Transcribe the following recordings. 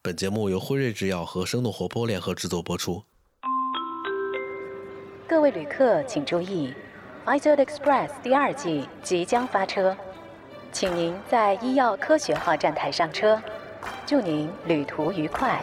本节目由辉瑞制药和生动活泼联合制作播出。 各位旅客请注意， Physio Express 第2季即将发车，请您在医药科学号站台上车，祝您旅途愉快。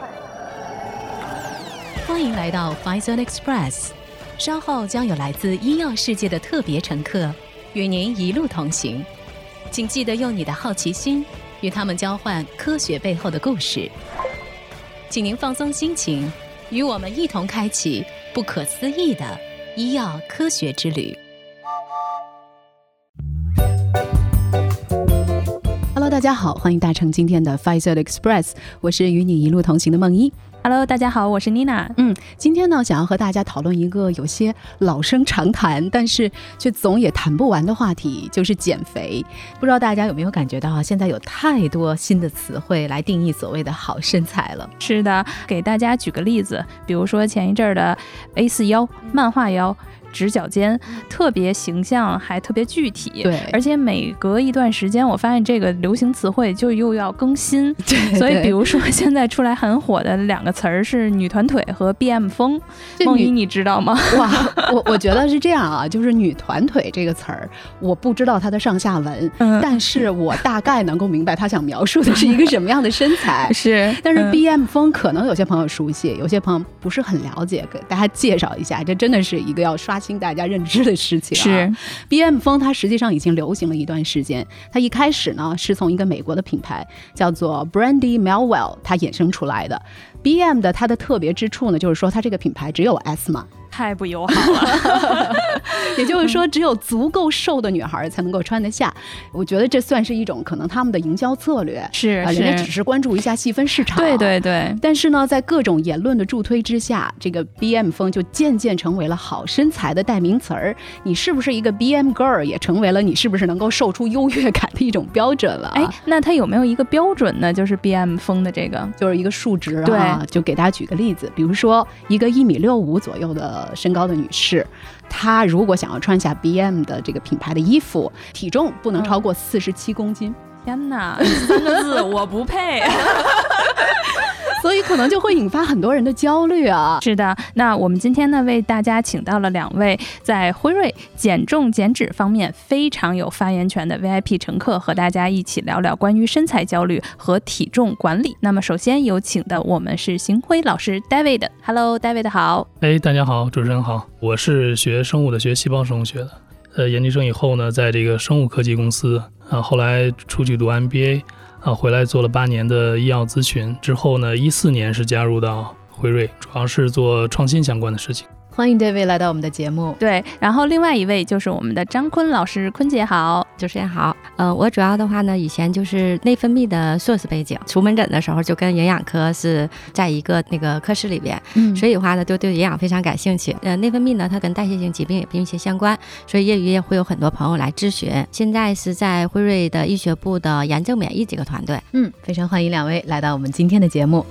欢迎来到 Physio Express， 稍后将有来自医药世界的特别乘客与您一路同行，请记得用你的好奇心与他们交换科学背后的故事。请您放松心情，与我们一同开启不可思议的医药科学之旅。Hello， 大家好，欢迎搭乘今天的 Physio Express， 我是与你一路同行的梦一。 Hello， 大家好，我是妮娜。 今天呢，想要和大家讨论一个有些老生常谈，但是却总也谈不完的话题，就是减肥。不知道大家有没有感觉到，现在有太多新的词汇来定义所谓的好身材了。 是的，给大家举个例子，比如说前一阵的 A4 腰、漫画腰、直角肩，特别形象还特别具体。 对， 而且每隔一段时间我发现这个流行词汇就又要更新。 对， 所以比如说现在出来很火的2个词儿是女团腿和 BM 风。梦一你知道吗？ 哇，我觉得是这样啊，就是女团腿这个词儿我不知道它的上下文，但是我大概能够明白他想描述的是一个什么样的身材。 是， 但是 BM 风可能有些朋友熟悉，有些朋友不是很了解，给大家介绍一下，这真的是一个要刷新大家认知的事情。 是 BM 风它实际上已经流行了一段时间，它一开始呢是从一个美国的品牌叫做 Brandy Melville 它衍生出来的。BM 的它的特别之处呢，就是说它这个品牌只有 S 码， 太不友好了。 也就是说只有足够瘦的女孩才能够穿得下。我觉得这算是一种可能他们的营销策略， 是人家只是关注一下细分市场。 对对对。 但是呢，在各种言论的助推之下，这个 BM 风就渐渐成为了好身材的代名词儿。你是不是一个 BM girl 也成为了你是不是能够瘦出优越感的一种标准了。 那它有没有一个标准呢？就是 BM 风的这个就是一个数值啊。 对， 就给大家举个例子，比如说一个1.65米左右的身高的女士，她如果想要穿下 BM 的这个品牌的衣服，体重不能超过47公斤。 天哪，3个字我不配。 所以可能就会引发很多人的焦虑啊。 是的，那我们今天呢为大家请到了2位在辉瑞减重减脂方面非常有发言权的 VIP 乘客，和大家一起聊聊关于身材焦虑和体重管理。那么首先有请的我们是邢辉老师 David。Hello David 好。 大家好，主持人好，我是学生物的，学细胞生物学的。研究生以后呢，在这个生物科技公司后来出去读 MBA。回来做了8年的医药咨询，之后呢14年是加入到辉瑞，主要是做创新相关的事情。 欢迎 David 来到我们的节目。 对，然后另外一位就是我们的张坤老师，坤姐好。 主持人好。我主要的话呢，以前就是内分泌的硕士背景，出门诊的时候就跟营养科是在一个那个科室里边，所以的话呢，就对营养非常感兴趣。内分泌呢，它跟代谢性疾病也密切相关，所以业余也会有很多朋友来咨询。现在是在辉瑞的医学部的炎症免疫这个团队。 非常欢迎2位来到我们今天的节目。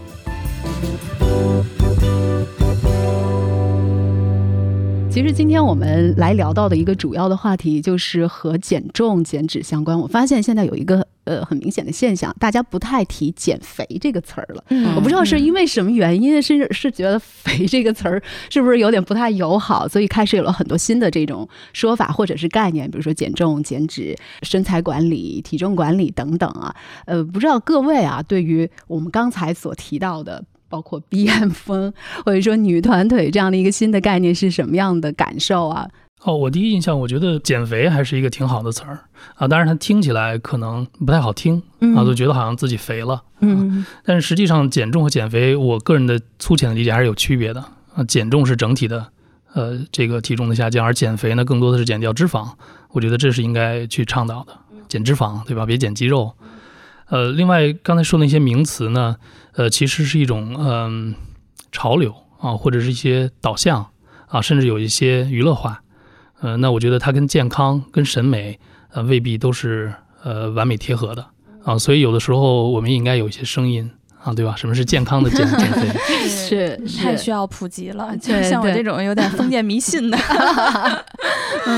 其实今天我们来聊到的一个主要的话题就是和减重减脂相关。我发现现在有一个很明显的现象，大家不太提减肥这个词儿了。我不知道是因为什么原因，是觉得肥这个词儿是不是有点不太友好，所以开始有了很多新的这种说法或者是概念，比如说减重减脂、身材管理、体重管理等等啊。不知道各位啊，对于我们刚才所提到的包括 BM 风或者说女团腿这样的一个新的概念是什么样的感受啊？ 我第一印象我觉得减肥还是一个挺好的词儿啊，当然它听起来可能不太好听就觉得好像自己肥了但是实际上减重和减肥我个人的粗浅的理解还是有区别的减重是整体的这个体重的下降，而减肥呢更多的是减掉脂肪，我觉得这是应该去倡导的，减脂肪对吧，别减肌肉。另外刚才说的那些名词呢其实是一种潮流或者是一些导向甚至有一些娱乐化那我觉得它跟健康跟审美未必都是完美贴合的所以有的时候我们也应该有一些声音对吧？什么是健康的减肥？ 是太需要普及了，就像我这种有点封建迷信的。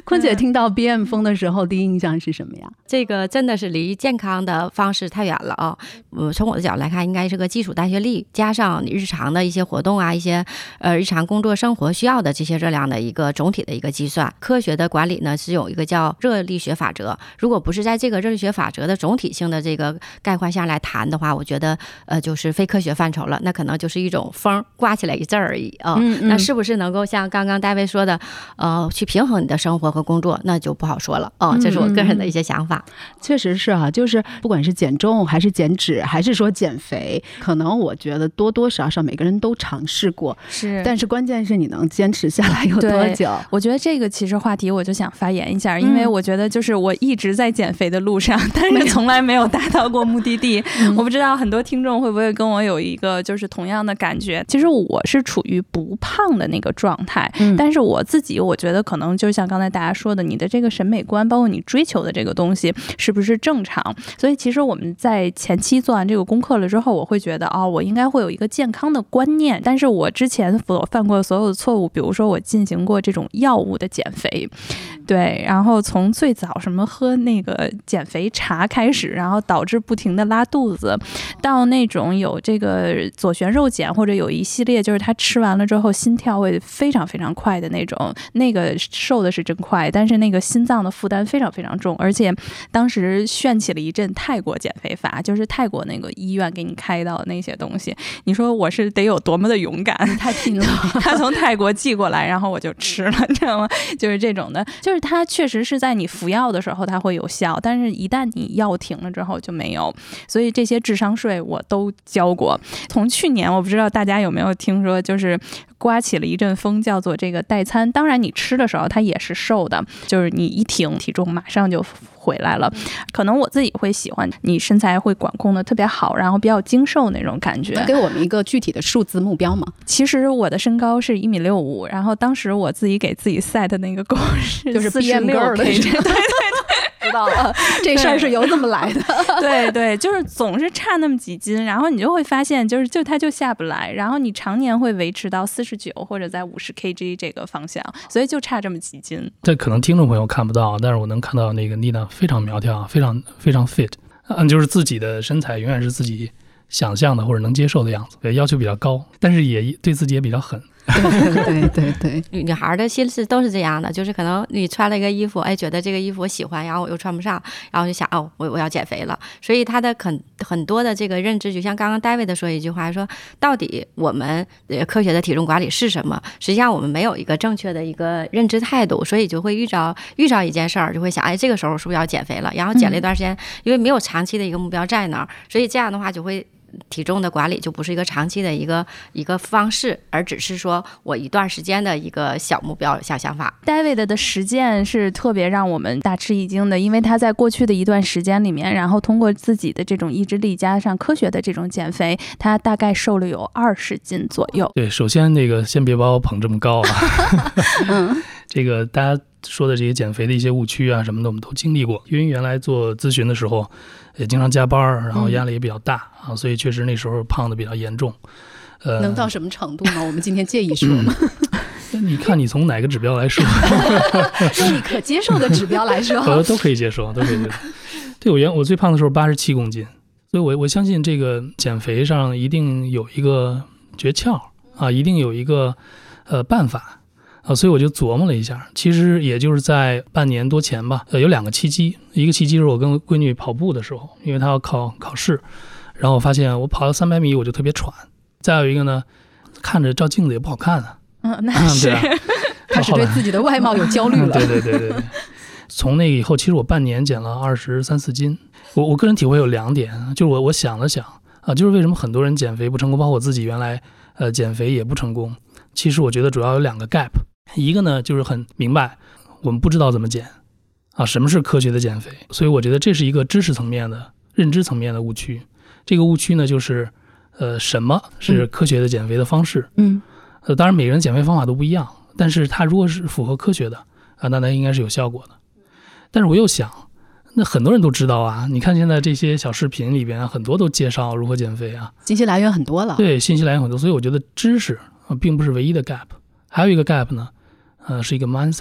坤姐听到 BM 风的时候第一印象是什么呀？ 这个真的是离健康的方式太远了啊！从我的角度来看，应该是个基础代谢力加上你日常的一些活动啊，一些日常工作生活需要的这些热量的一个总体的一个计算。科学的管理呢是有一个叫热力学法则，如果不是在这个热力学法则的总体性的这个概括下来谈的话，我觉得就是非科学范畴了，那可能就是一种风刮起来一阵而已啊。那是不是能够像刚刚大卫说的去平衡你的生活和工作，那就不好说了这是我个人的一些想法。 确实是啊，就是不管是减重还是减脂还是说减肥，可能我觉得多多少少每个人都尝试过， 是， 但是关键是你能坚持下来有多久。 我觉得这个其实话题我就想发言一下，因为我觉得就是我一直在减肥的路上，但是从来没有达到过目的地。我不知道很多听众会不会跟我有一个就是同样的感觉。其实我是处于不胖的那个状态，但是我自己我觉得可能就像刚才大家说的，你的这个审美观包括你追求的这个东西是不是正常。所以其实我们在前期做完这个功课了之后，我会觉得我应该会有一个健康的观念，但是我之前所犯过所有的错误，比如说我进行过这种药物的减肥，对，然后从最早什么喝那个减肥茶开始，然后导致不停的拉肚子，到那种有这个左旋肉碱，或者有一系列就是他吃完了之后心跳会非常非常快的那种，那个瘦的是真快，但是那个心脏的负担非常非常重，而且当时炫起了一阵泰国减肥法，就是泰国那个医院给你开到的那些东西，你说我是得有多么的勇敢， 太拼了。 他从泰国寄过来，然后我就吃了，你知道吗？就是这种的，就是它确实是在你服药的时候它会有效，但是一旦你药停了之后就没有。所以这些智商税我都交过。从去年我不知道大家有没有听说，就是刮起了一阵风，叫做这个代餐。当然你吃的时候它也是瘦的，就是你一停体重马上就回来了。可能我自己会喜欢你身材会管控的特别好，然后比较精瘦那种感觉。 能给我们一个具体的数字目标吗？ 其实我的身高是1.65米，然后当时我自己给自己 set 的那个goal是就是 BM girl 的，对对对。知道了，这事儿是由这么来的。 对对，就是总是差那么几斤，然后你就会发现，就它就下不来，然后你常年会维持到49或者在50 kg 这个方向，所以就差这么几斤。 这可能听众朋友看不到，但是我能看到那个妮娜非常苗条，非常非常 fit，就是自己的身材永远是自己想象的或者能接受的样子，要求比较高，但是也对自己也比较狠。 对对对， 女孩的心思都是这样的，就是可能你穿了一个衣服，觉得这个衣服我喜欢，然后我又穿不上，然后就想我要减肥了。所以她的很多的这个认知，就像刚刚 David 说一句话，说到底我们科学的体重管理是什么？实际上我们没有一个正确的一个认知态度，所以就会遇着一件事儿，就会想这个时候是不是要减肥了？然后减了一段时间，因为没有长期的一个目标在那儿，所以这样的话就会。体重的管理就不是一个长期的一个方式，而只是说我一段时间的一个小目标、小想法。 David 的实践是特别让我们大吃一惊的，因为他在过去的一段时间里面，然后通过自己的这种意志力加上科学的这种减肥，他大概瘦了有20斤左右。 对，首先那个先别把我捧这么高啊。这个大家说的这些减肥的一些误区啊什么的，我们都经历过。因为原来做咨询的时候也经常加班，然后压力也比较大所以确实那时候胖的比较严重。 能到什么程度呢？我们今天介意说吗？ 你看你从哪个指标来说？ 用你可接受的指标来说， 都可以接受，都可以接受。对，我最胖的时候87公斤，所以我相信这个减肥上一定有一个诀窍一定有一个办法。所以我就琢磨了一下，其实也就是在半年多前吧，有2个契机。一个契机是我跟闺女跑步的时候，因为她要考试，然后我发现我跑到300米我就特别喘。再有一个呢，看着照镜子也不好看那是、 对开始对自己的外貌有焦虑了。 对。从那个以后，其实我半年减了23、24斤。我个人体会有2点，就是我想了想就是为什么很多人减肥不成功，包括我自己原来减肥也不成功。其实我觉得主要有2个 gap。一个呢就是很明白我们不知道怎么减什么是科学的减肥，所以我觉得这是一个知识层面的认知层面的误区。这个误区呢就是什么是科学的减肥的方式。当然每个人减肥方法都不一样，但是它如果是符合科学的那它应该是有效果的。但是我又想，那很多人都知道你看现在这些小视频里边很多都介绍如何减肥信息来源很多了。 对，信息来源很多，所以我觉得知识并不是唯一的 gap。还有一个 gap 呢是一个 mindset，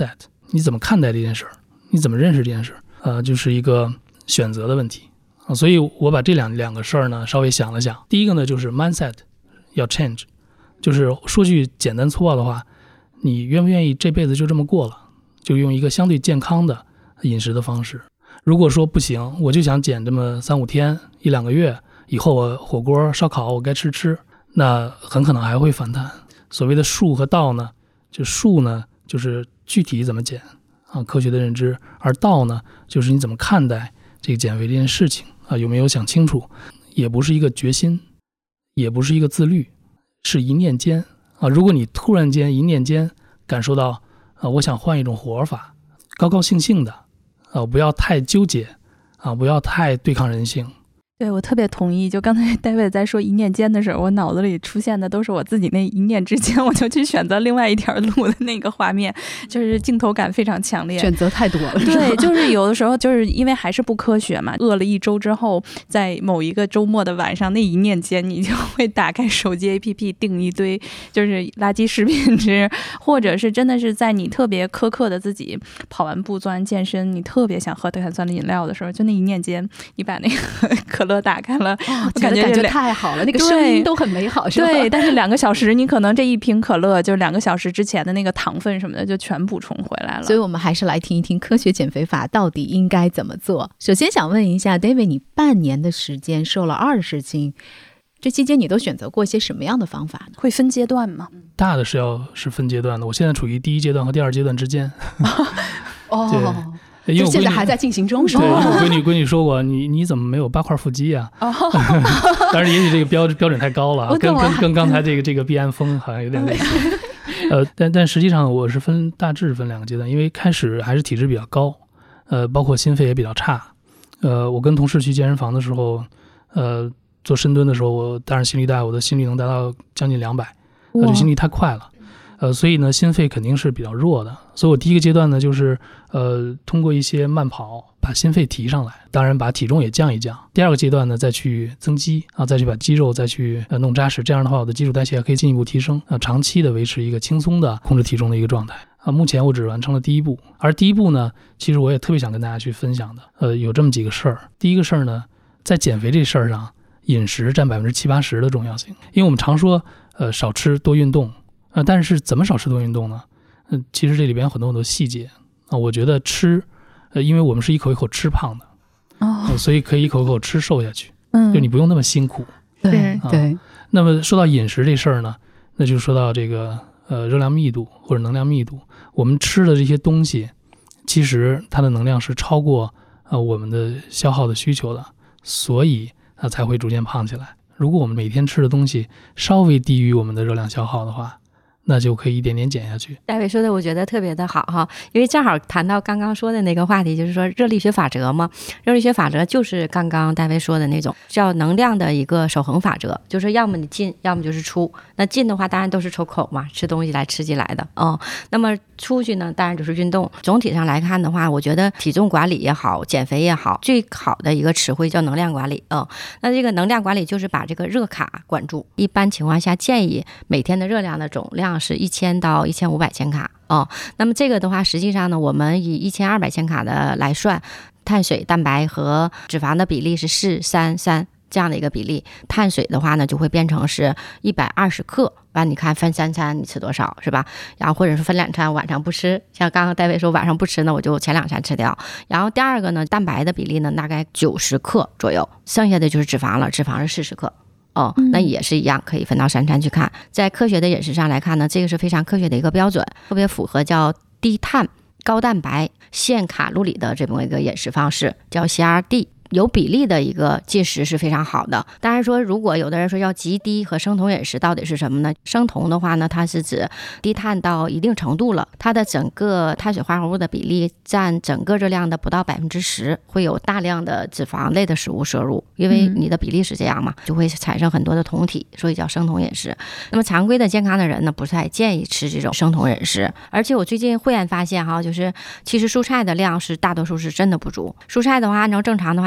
你怎么看待这件事儿，你怎么认识这件事儿，就是一个选择的问题啊。所以我把这两个事儿呢稍微想了想。第一个呢就是 mindset 要 change， 就是说句简单粗暴的话，你愿不愿意这辈子就这么过了，就用一个相对健康的饮食的方式。如果说不行，我就想减这么3-5天1-2个月，以后我火锅烧烤我该吃，那很可能还会反弹。所谓的术和道呢，就术呢就是具体怎么减啊，科学的认知，而道呢就是你怎么看待这个减肥这件事情啊，有没有想清楚，也不是一个决心，也不是一个自律，是一念间啊。如果你突然间一念间感受到我想换一种活法，高高兴兴的不要太纠结不要太对抗人性。 对，我特别同意。就刚才David在说一念间的时候，我脑子里出现的都是我自己那一念之间我就去选择另外一条路的那个画面，就是镜头感非常强烈， 选择太多了。 对，就是有的时候就是因为还是不科学嘛，饿了1周之后，在某一个周末的晚上，那一念间你就会打开手机 APP 订一堆就是垃圾食品吃，或者是真的是在你特别苛刻的自己跑完步做完健身，你特别想喝碳酸的饮料的时候，就那一念间你把那个可乐打开了， 我感觉太好了，那个声音都很美好，是吧？ 对，但是2个小时，你可能这一瓶可乐就2个小时之前的那个糖分什么的就全补充回来了。 所以我们还是来听一听科学减肥法到底应该怎么做。首先想问一下 David， 你半年的时间瘦了20斤，这期间你都选择过一些什么样的方法呢？ 会分阶段吗？大的是分阶段的，我现在处于第1阶段和第2阶段之间。 哦，因为我现在还在进行中，是吧？ 对，我闺女说过，你怎么没有8块腹肌啊？当然，也许这个标准太高了，跟刚才这个避安风好像有点类似。但实际上我是大致分2个阶段，因为开始还是体质比较高，包括心肺也比较差。我跟同事去健身房的时候，做深蹲的时候，我当然心率大，我的心率能达到将近200，就心率太快了。所以呢，心肺肯定是比较弱的。所以我第1个阶段呢，就是通过一些慢跑把心肺提上来，当然把体重也降一降。第2个阶段呢，再去增肌再去把肌肉再去弄扎实，这样的话我的基础代谢可以进一步提升长期的维持一个轻松的控制体重的一个状态目前我只完成了第1步，而第1步呢，其实我也特别想跟大家去分享的有这么几个事儿。第一个事儿呢，在减肥这事儿上，饮食占70-80%的重要性。因为我们常说少吃多运动但是怎么少吃多运动呢？其实这里边有很多细节我觉得吃因为我们是一口一口吃胖的所以可以一口一口吃瘦下去就你不用那么辛苦。 对对。 那么说到饮食这事儿呢，那就说到这个热量密度或者能量密度。我们吃的这些东西其实它的能量是超过我们的消耗的需求的，所以才会逐渐胖起来。如果我们每天吃的东西稍微低于我们的热量消耗的话，那就可以一点点减下去。 大伟说的我觉得特别的好哈，因为正好谈到刚刚说的那个话题，就是说热力学法则嘛。热力学法则就是刚刚大伟说的那种叫能量的一个守恒法则，就是要么你进，要么就是出。那进的话当然都是抽口嘛，吃东西来刺激来的那么出去呢当然就是运动。总体上来看的话，我觉得体重管理也好，减肥也好，最好的一个词汇叫能量管理那这个能量管理就是把这个热卡管住。一般情况下建议每天的热量的总量是1000到1500千卡那么这个的话，实际上呢，我们以1200千卡的来算，碳水、蛋白和脂肪的比例是4:3:3这样的一个比例。碳水的话呢，就会变成是120克。完，你看分3餐你吃多少是吧？然后或者是分2餐，晚上不吃。像刚刚戴维说晚上不吃呢，我就前2餐吃掉。然后第2个呢，蛋白的比例呢大概90克左右，剩下的就是脂肪了，脂肪是40克。那也是一样，可以分到3餐去看。在科学的饮食上来看呢，这个是非常科学的一个标准，特别符合叫低碳、高蛋白、限卡路里的这么一个饮食方式，叫 CRD。有比例的一个进食是非常好的。当然说，如果有的人说要极低和生酮饮食到底是什么呢？生酮的话呢，它是指低碳到一定程度了，它的整个碳水化合物的比例占整个热量的不到10%，会有大量的脂肪类的食物摄入，因为你的比例是这样嘛，就会产生很多的酮体，所以叫生酮饮食。那么常规的健康的人呢，不太建议吃这种生酮饮食。而且我最近忽然发现就是其实蔬菜的量是大多数是真的不足。蔬菜的话，按照正常的话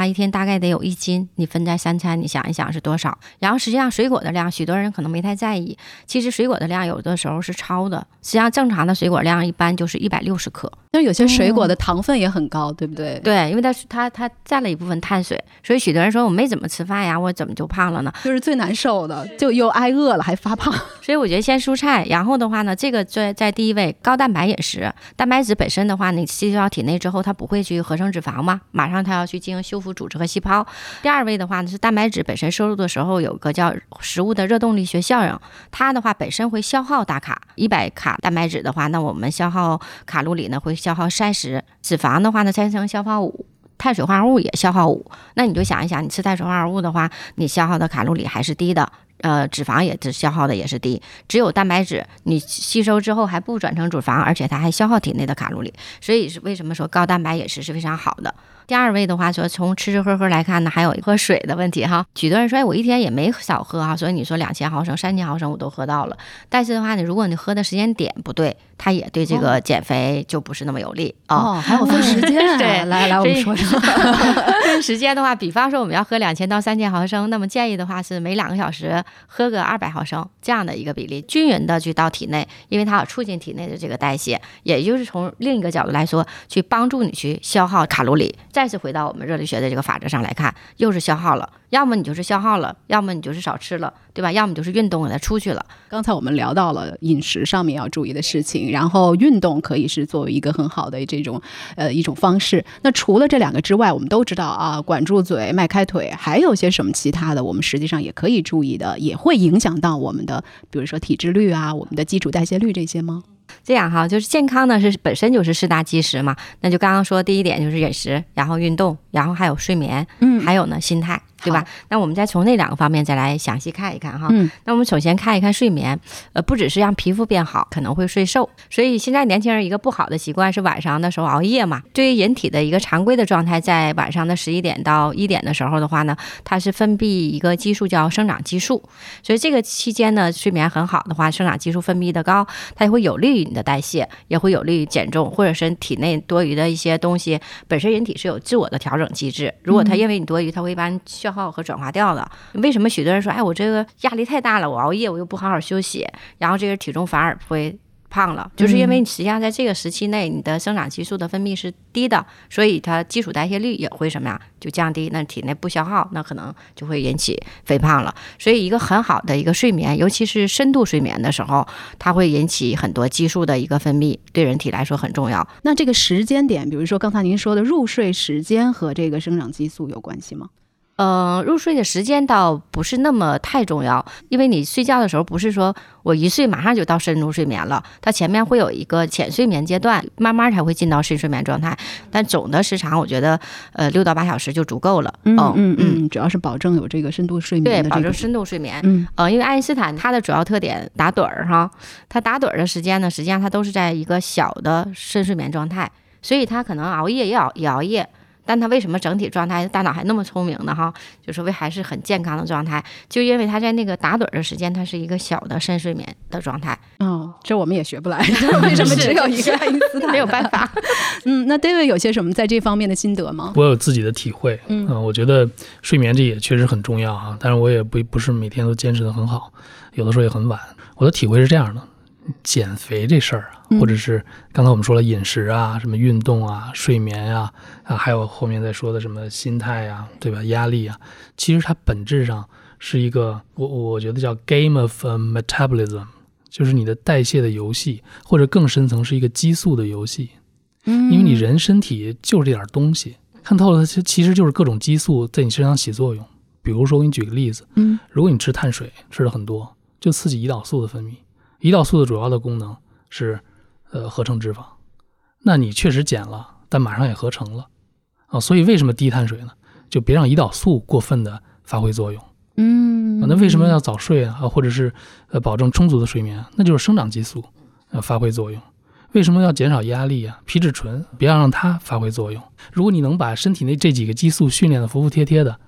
一天大概得有1斤，你分在3餐，你想一想是多少。然后实际上水果的量，许多人可能没太在意，其实水果的量有的时候是超的，实际上正常的水果量一般就是160克。 但是有些水果的糖分也很高，对不对？ 对，因为它占了一部分碳水，所以许多人说我没怎么吃饭呀，我怎么就胖了呢？ 就是最难受的，就又挨饿了还发胖。 所以我觉得先蔬菜，然后的话呢，这个在第一位，高蛋白饮食。蛋白质本身的话，你吸收到体内之后，它不会去合成脂肪嘛，马上它要去进行修复组织和细胞。第二位的话呢，是蛋白质本身摄入的时候有个叫食物的热动力学效应，它的话本身会消耗大卡，100卡蛋白质的话，那我们消耗卡路里呢会消耗30，脂肪的话呢才能消耗5。碳水化合物也消耗5，那你就想一想，你吃碳水化合物的话，你消耗的卡路里还是低的，脂肪也消耗的也是低，只有蛋白质你吸收之后还不转成脂肪，而且它还消耗体内的卡路里，所以是为什么说高蛋白饮食是非常好的。第二位的话说，从吃吃喝喝来看呢，还有喝水的问题哈。许多人说，我一天也没少喝哈，所以你说2000毫升、3000毫升我都喝到了，但是的话呢，如果你喝的时间点不对，它也对这个减肥就不是那么有利还有分时间对， 来我们说说。 分时间的话，比方说我们要喝2000到3000毫升，那么建议的话是每2个小时喝个200毫升这样的一个比例，均匀的去到体内，因为它要促进体内的这个代谢，也就是从另一个角度来说，去帮助你去消耗卡路里。再次回到我们热力学的这个法则上来看，又是消耗了，要么你就是消耗了，要么你就是少吃了，对吧？要么就是运动给它出去了。 刚才我们聊到了饮食上面要注意的事情，然后运动可以是作为一个很好的这种一种方式。那除了这2个之外，我们都知道啊，管住嘴，迈开腿，还有些什么其他的我们实际上也可以注意的，也会影响到我们的比如说体脂率啊，我们的基础代谢率这些吗？ 这样哈，就是健康呢是本身就是4大基石嘛，那就刚刚说第一点就是饮食，然后运动，然后还有睡眠，还有呢心态，对吧？那我们再从那2个方面再来详细看一看哈。那我们首先看一看睡眠，不只是让皮肤变好，可能会睡瘦。所以现在年轻人一个不好的习惯是晚上的时候熬夜嘛。对于人体的一个常规的状态，在晚上的11点到1点的时候的话呢，它是分泌一个激素叫生长激素，所以这个期间呢，睡眠很好的话，生长激素分泌的高，它也会有利于你的代谢，也会有利于减重，或者是体内多余的一些东西，本身人体是有自我的调整机制，如果它因为你多余，它会把你消耗和转化掉的。为什么许多人说，哎，我这个压力太大了，我熬夜，我又不好好休息，然后这个体重反而会胖了，就是因为你实际上在这个时期内，你的生长激素的分泌是低的，所以它基础代谢率也会什么呀，就降低，那体内不消耗，那可能就会引起肥胖了。所以一个很好的一个睡眠，尤其是深度睡眠的时候，它会引起很多激素的一个分泌，对人体来说很重要。 那这个时间点，比如说刚才您说的入睡时间和这个生长激素有关系吗？ 入睡的时间倒不是那么太重要，因为你睡觉的时候不是说我一睡马上就到深入睡眠了，它前面会有一个浅睡眠阶段，慢慢才会进到深睡眠状态。但总的时长我觉得6到8小时就足够了。 主要是保证有这个深度睡眠的对，保证深度睡眠。因为爱因斯坦他的主要特点打盹儿哈，他打盹儿的时间呢，实际上他都是在一个小的深睡眠状态，所以他可能熬夜也熬夜。但他为什么整体状态大脑还那么聪明呢？哈，就说还是很健康的状态，就因为他在那个打盹的时间，它是一个小的深睡眠的状态。 这我们也学不来，为什么只有一个爱因斯坦？ 没有办法。 那 David 有些什么在这方面的心得吗？ 我有自己的体会。我觉得睡眠这也确实很重要啊，但是我也不是每天都坚持得很好，有的时候也很晚。我的体会是这样的。减肥这事儿或者是刚才我们说了饮食啊，什么运动啊，睡眠啊，还有后面再说的什么心态啊，对吧？压力啊，其实它本质上是一个我觉得叫 game of metabolism， 就是你的代谢的游戏，或者更深层是一个激素的游戏。因为你人身体就是这点东西，看透了它其实就是各种激素在你身上起作用。比如说我给你举个例子，如果你吃碳水吃的很多，就刺激胰岛素的分泌。胰岛素的主要的功能是合成脂肪，那你确实减了，但马上也合成了所以为什么低碳水呢？就别让胰岛素过分的发挥作用。那为什么要早睡啊？或者是保证充足的睡眠？那就是生长激素发挥作用。为什么要减少压力啊？皮质醇别让它发挥作用。如果你能把身体内这几个激素训练的服服帖帖的，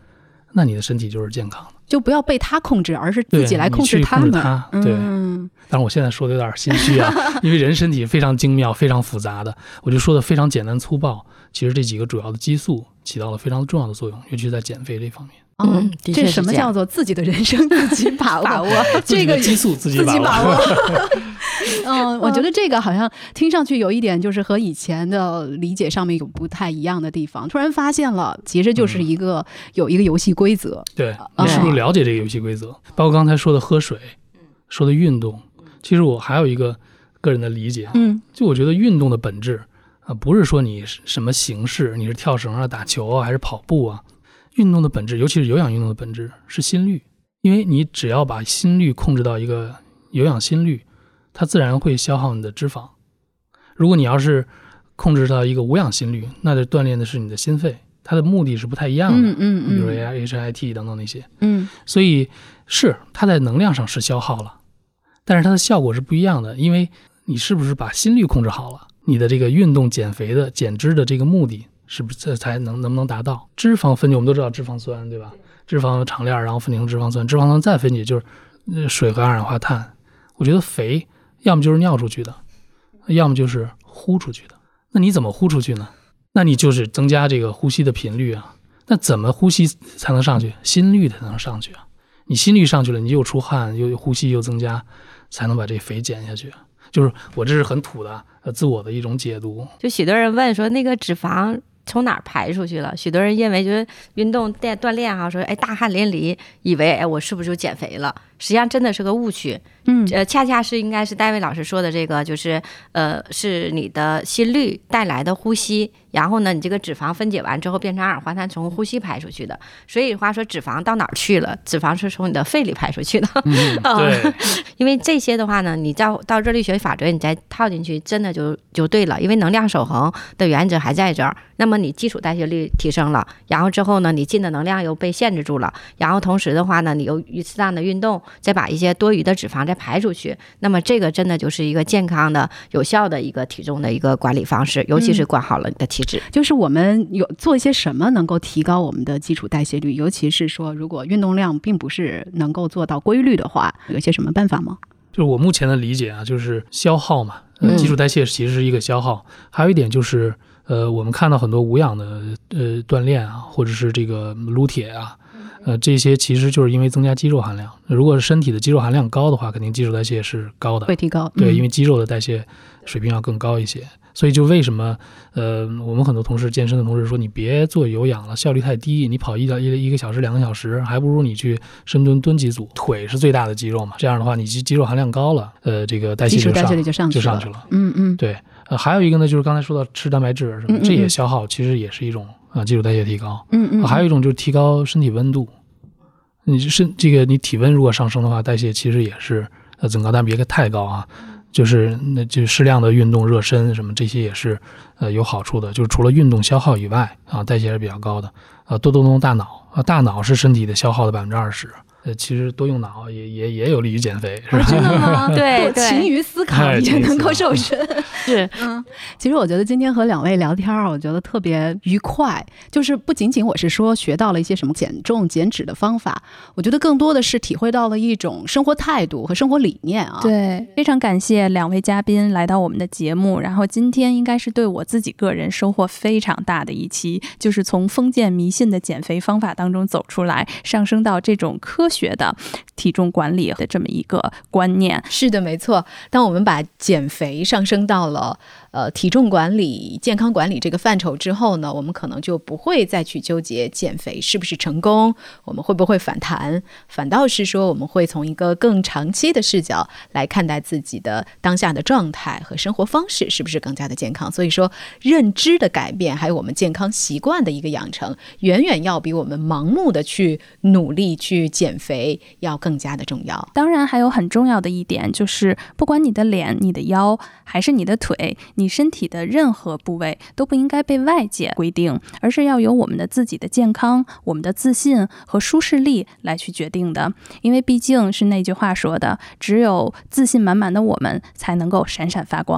那你的身体就是健康的。 就不要被它控制，而是自己来控制它们。 对，当然我现在说的有点心虚啊，因为人身体非常精妙、非常复杂的，我就说的非常简单粗暴。其实这几个主要的激素起到了非常重要的作用，尤其是在减肥这方面。 这什么叫做自己的人生自己把握？这个激素自己把握。 我觉得这个好像听上去有一点就是和以前的理解上面有不太一样的地方。突然发现了，其实就是有一个游戏规则。 对，你是不是了解这个游戏规则？包括刚才说的喝水，说的运动，其实我还有一个个人的理解，就我觉得运动的本质不是说你什么形式，你是跳绳啊、打球啊，还是跑步啊。运动的本质，尤其是有氧运动的本质是心率，因为你只要把心率控制到一个有氧心率，它自然会消耗你的脂肪。如果你要是控制到一个无氧心率，那就锻炼的是你的心肺，它的目的是不太一样的。比如 HIIT 等等那些。所以是它在能量上是消耗了，但是它的效果是不一样的，因为你是不是把心率控制好了，你的这个运动减肥的减脂的这个目的是不是这才能不能达到？脂肪分解我们都知道脂肪酸对吧？脂肪长链然后分解成脂肪酸，脂肪酸再分解就是水和二氧化碳。我觉得肥要么就是尿出去的，要么就是呼出去的。那你怎么呼出去呢？那你就是增加这个呼吸的频率啊。那怎么呼吸才能上去？心率才能上去啊。你心率上去了，你又出汗又呼吸又增加，才能把这肥减下去啊。就是我这是很土的自我的一种解读。 就许多人问说那个脂肪从哪儿排出去了？许多人认为就是运动锻炼说大汗淋漓，以为我是不是就减肥了？实际上真的是个误区。恰恰是应该是戴维老师说的这个，就是是你的心率带来的呼吸，然后呢，你这个脂肪分解完之后变成二氧化碳从呼吸排出去的。所以话说脂肪到哪儿去了？脂肪是从你的肺里排出去的。 对， 因为这些的话呢，你到热力学法则你再套进去，真的就对了。因为能量守恒的原则还在这儿。那么你基础代谢率提升了，然后之后呢，你进的能量又被限制住了，然后同时的话呢，你又适当的运动，再把一些多余的脂肪再排出去，那么这个真的就是一个健康的、有效的一个体重的一个管理方式，尤其是管好了你的体脂。 就是我们有做一些什么能够提高我们的基础代谢率，尤其是说如果运动量并不是能够做到规律的话，有一些什么办法吗？ 就是我目前的理解啊，就是消耗嘛，基础代谢其实是一个消耗。还有一点就是我们看到很多无氧的锻炼啊，或者是这个撸铁啊，这些其实就是因为增加肌肉含量。如果身体的肌肉含量高的话，肯定基础代谢是高的， 会提高。 对，因为肌肉的代谢水平要更高一些。所以就为什么我们很多同事健身的同事说你别做有氧了，效率太低，你跑一个小时2个小时，还不如你去深蹲几组。腿是最大的肌肉嘛，这样的话你肌肉含量高了，这个代谢基础代谢率就上去了。 对。还有一个呢，就是刚才说到吃蛋白质什么，这也消耗，其实也是一种基础代谢提高。还有一种就是提高身体温度。你体温如果上升的话，代谢其实也是增高，但别太高啊。就是适量的运动热身什么，这些也是有好处的。就是除了运动消耗以外代谢是比较高的。多动大脑大脑是身体的消耗的20%。其实多用脑也有利于减肥，是吧？ 真的吗？ 对， 勤于思考也能够瘦身。 是， 其实我觉得今天和两位聊天，我觉得特别愉快。就是不仅仅我是说学到了一些什么减重减脂的方法，我觉得更多的是体会到了一种生活态度和生活理念啊。 对，非常感谢两位嘉宾来到我们的节目。然后今天应该是对我自己个人收获非常大的一期，就是从封建迷信的减肥方法当中走出来，上升到这种科学的体重管理的这么一个观念。 是的，没错。当我们把减肥上升到了体重管理、健康管理这个范畴之后呢，我们可能就不会再去纠结减肥是不是成功，我们会不会反弹，反倒是说我们会从一个更长期的视角来看待自己的当下的状态和生活方式是不是更加的健康。所以说认知的改变还有我们健康习惯的一个养成，远远要比我们盲目的去努力去减肥要更加的重要。 当然还有很重要的一点，就是不管你的脸、你的腰还是你的腿，你身体的任何部位都不应该被外界规定，而是要由我们的自己的健康、我们的自信和舒适力来去决定的。因为毕竟是那句话说的，只有自信满满的我们才能够闪闪发光。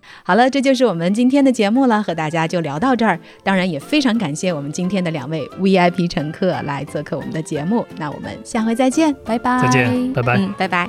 好了，这就是我们今天的节目了，和大家就聊到这儿。当然也非常感谢我们今天的2位 VIP 乘客来做客我们的节目，那我们下回再见，拜拜。 再见，拜拜。 拜拜。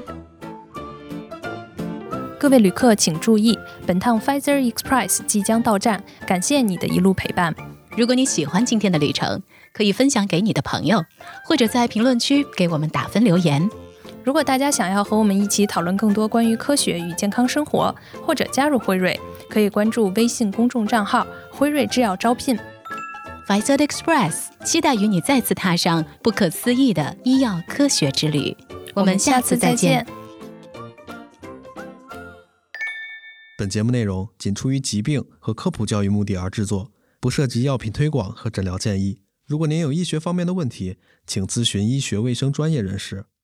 各位旅客请注意，本趟 Pfizer Express 即将到站，感谢你的一路陪伴。 如果你喜欢今天的旅程，可以分享给你的朋友，或者在评论区给我们打分留言。 如果大家想要和我们一起讨论更多关于科学与健康生活，或者加入辉瑞，可以关注微信公众账号辉瑞制药招聘。 Pfizer Express 期待与你再次踏上不可思议的医药科学之旅。我们下次再见。 本节目内容仅出于疾病和科普教育目的而制作，不涉及药品推广和诊疗建议。如果您有医学方面的问题，请咨询医学卫生专业人士。